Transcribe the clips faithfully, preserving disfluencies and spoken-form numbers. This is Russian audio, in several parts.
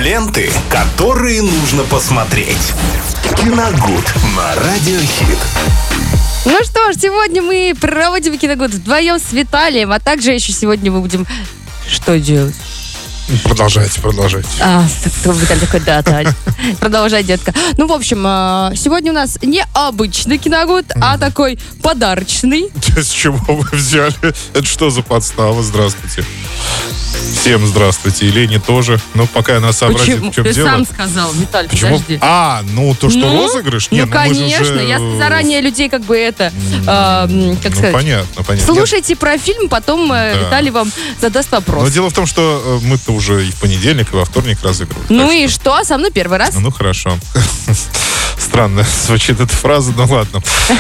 Ленты, которые нужно посмотреть. Киногуд на Радиохит. Ну что ж, сегодня мы проводим Киногуд вдвоем с Виталием, а также еще сегодня мы будем что делать? Продолжайте, продолжайте. А, Виталий такой, да, да. Продолжай, детка. Ну, в общем, сегодня у нас не обычный Киногуд, mm-hmm. а такой подарочный. С чего вы взяли? Это что за подстава? Здравствуйте. Всем здравствуйте. И Лене тоже. Ну, пока она сообразит, Почему? в чем Ты дело. Ты сам сказал, Виталь, Почему? подожди. А, ну то, что ну, розыгрыш? Ну, Нет, ну, конечно. Уже... Я заранее людей как бы это, э, как ну, сказать... понятно, понятно. Слушайте про фильм, потом да. Виталий вам задаст вопрос. Но дело в том, что мы-то уже и в понедельник, и во вторник разыгрываем. Ну и что? что? Со мной первый раз. Ну, хорошо. Странно звучит эта фраза, но ладно.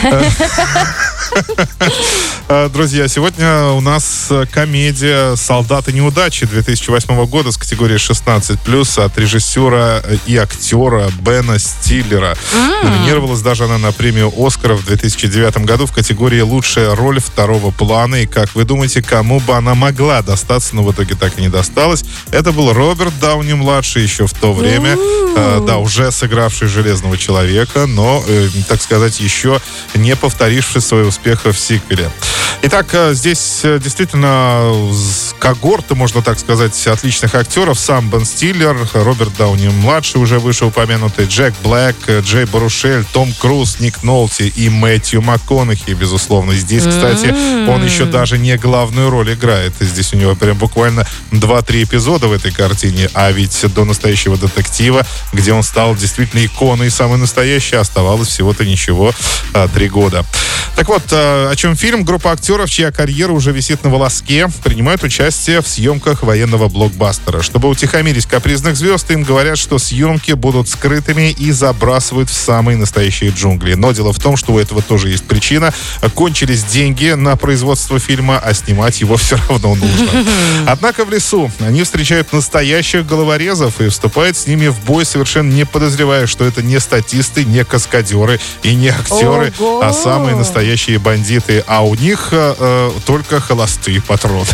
Друзья, сегодня у нас комедия «Солдаты неудачи» две тысячи восьмого года с категории шестнадцать плюс от режиссера и актера Бена Стиллера. Mm. Номинировалась даже она на премию «Оскара» в две тысячи девятом году в категории «Лучшая роль второго плана». И как вы думаете, кому бы она могла достаться, но в итоге так и не досталась? Это был Роберт Дауни-младший еще в то время, mm. э, да, уже сыгравший «Железного человека», но, э, так сказать, еще не повторивший своего успеха в сиквеле. Итак, здесь действительно когорта, можно так сказать, отличных актеров. Сам Бен Стиллер, Роберт Дауни-младший, уже вышеупомянутый, Джек Блэк, Джей Барушель, Том Круз, Ник Нолти и Мэтью МакКонахи, безусловно. Здесь, кстати, mm-hmm. он еще даже не главную роль играет. Здесь у него прям буквально два-три эпизода в этой картине, а ведь до «Настоящего детектива», где он стал действительно иконой самой настоящей, оставалось всего-то ничего, три года. Так вот, о чем фильм? Группа актеров, чья карьера уже висит на волоске, принимают участие в съемках военного блокбастера. Чтобы утихомирить капризных звезд, им говорят, что съемки будут скрытыми и забрасывают в самые настоящие джунгли. Но дело в том, что у этого тоже есть причина. Кончились деньги на производство фильма, а снимать его все равно нужно. Однако в лесу они встречают настоящих головорезов и вступают с ними в бой, совершенно не подозревая, что это не статисты, не каскадеры и не актеры, Ого! а самые настоящие бандиты. А у них э, только холостые патроны.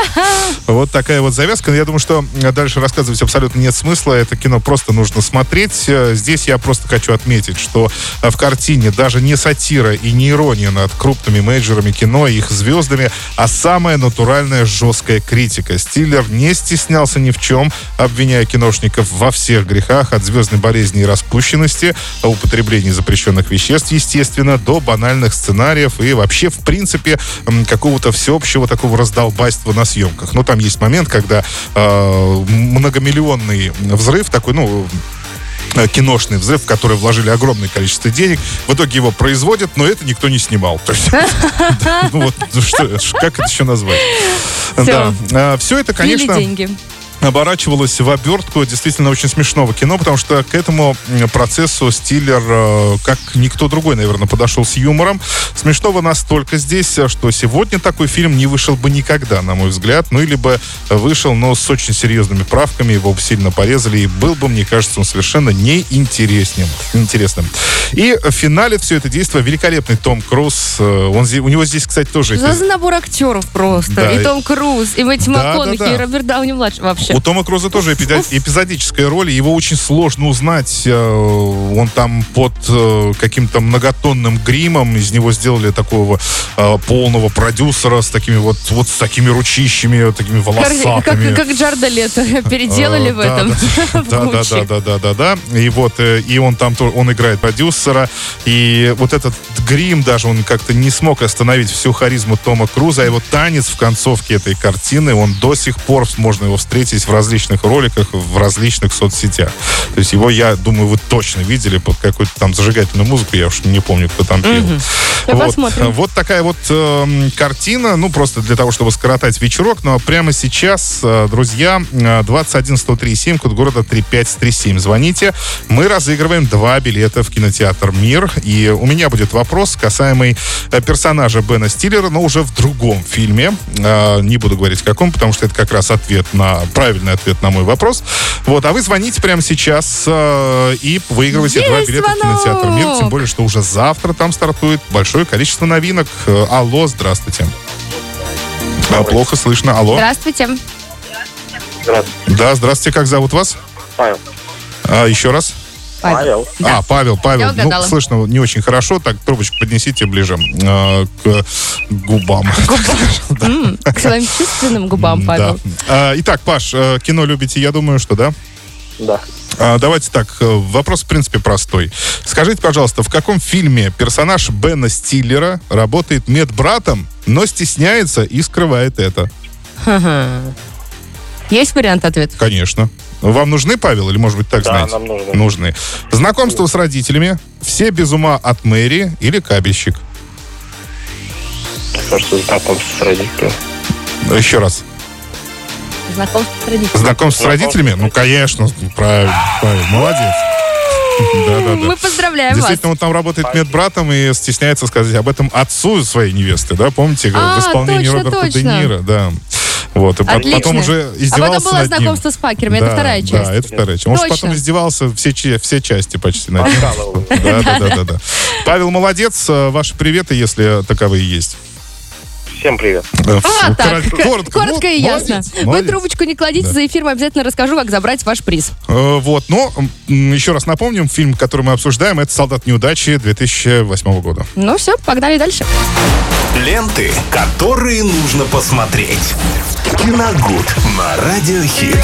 Вот такая вот завязка. Я думаю, что дальше рассказывать абсолютно нет смысла. Это кино просто нужно смотреть. Здесь я просто хочу отметить, что в картине даже не сатира и не ирония над крупными мейджорами кино и их звездами, а самая натуральная жесткая критика. Стиллер не стеснялся ни в чем, обвиняя киношников во всех грехах, от звездной болезни и распущенности, употребления запрещенных веществ, естественно, до банальных сценариев и вообще, в принципе, какого-то всеобщего такого раздолбайства на съемках. Ну, там есть момент, когда э, многомиллионный взрыв, такой, ну, киношный взрыв, в который вложили огромное количество денег. В итоге его производят, но это никто не снимал. То есть, ну вот, как это еще назвать? Да. Все это, конечно... оборачивалось в обертку действительно очень смешного кино, потому что к этому процессу Стиллер, как никто другой, наверное, подошел с юмором. Смешного настолько здесь, что сегодня такой фильм не вышел бы никогда, на мой взгляд. Ну, или бы вышел, но с очень серьезными правками, его бы сильно порезали, и был бы, мне кажется, он совершенно неинтересным. Интересным. И в финале все это действие великолепный Том Круз. Он, у него здесь, кстати, тоже... Что за набор актеров просто? Да. И Том Круз, и Мэтью да, МакКонахи, да, да. и Роберт Дауни-младший вообще. У Тома Круза тоже эпизодическая роль, его очень сложно узнать. Он там под каким-то многотонным гримом, из него сделали такого полного продюсера с такими вот, вот с такими ручищами, такими волосатыми. Как, как, как Джарда Лето переделали в этом. Да, да, да, да, да, да, да. И вот, и он там, он играет продюсера, и вот этот грим даже, он как-то не смог остановить всю харизму Тома Круза, а его танец в концовке этой картины, он до сих пор, можно его встретить в различных роликах, в различных соцсетях. То есть его, я думаю, вы точно видели под какую-то там зажигательную музыку, я уж не помню, кто там пел. Mm-hmm. Вот. Посмотрим. Вот такая вот э, картина, ну, просто для того, чтобы скоротать вечерок, но прямо сейчас, э, друзья, двадцать один сто три семь, код города три пять три семь, звоните. Мы разыгрываем два билета в кинотеатр «Мир», и у меня будет вопрос, касаемый персонажа Бена Стиллера, но уже в другом фильме. Э, не буду говорить, в каком, потому что это как раз ответ на правильный ответ на мой вопрос. Вот, а вы звоните прямо сейчас э, и выигрываете два билета звонок. в кинотеатр «Мир», тем более, что уже завтра там стартует большое количество новинок. Э, алло, здравствуйте. А, плохо слышно. Алло. Здравствуйте. Здравствуйте. Да, здравствуйте. Как зовут вас? Павел. А, еще раз? Павел. Да. А, Павел, Павел. Я угадала. Ну, слышно не очень хорошо. Так, трубочку поднесите ближе э, к губам. М, К своим чувственным губам, Павел. Да. А, итак, Паш, э, кино любите, я думаю, что да? Да. А, давайте так, э, вопрос, в принципе, простой. Скажите, пожалуйста, в каком фильме персонаж Бена Стиллера работает медбратом, но стесняется и скрывает это? Ха-ха. Есть вариант ответа? Конечно. Вам нужны, Павел, или, может быть, так Да, знаете? нам нужны. Нужны. Знакомство с родителями, все без ума от Мэри или кабельщик? Мне кажется, знакомство с родителями. Еще раз. Знакомство с родителями. Знакомство с родителями? Ну, конечно, правильно, Павел, молодец. Да-да-да. Мы поздравляем вас. Действительно, он там работает медбратом и стесняется сказать об этом отцу своей невесты, да, помните, А, в исполнении точно, Роберта точно. Де Ниро, да. Вот, и по- Отлично. потом уже издевался А потом было над ним. знакомство с факерами, это Да, вторая часть. Да, это вторая часть. Он же Точно. потом издевался все, че- все части почти над ним. Подкалывал. Да, да, да, да, да. Павел, молодец. э, Ваши приветы, если таковые есть. Всем привет. Э, Вот ф- так, кор- Коротко, коротко ну, и ясно. молодец, Вы молодец. трубочку не кладите, Да. за эфиром обязательно расскажу, как забрать ваш приз. Э, Вот, но м, еще раз напомним, фильм, который мы обсуждаем, это «Солдат неудачи» две тысячи восьмого года. Ну все, погнали дальше. Ленты, которые нужно посмотреть. Киногуд на Радиохит.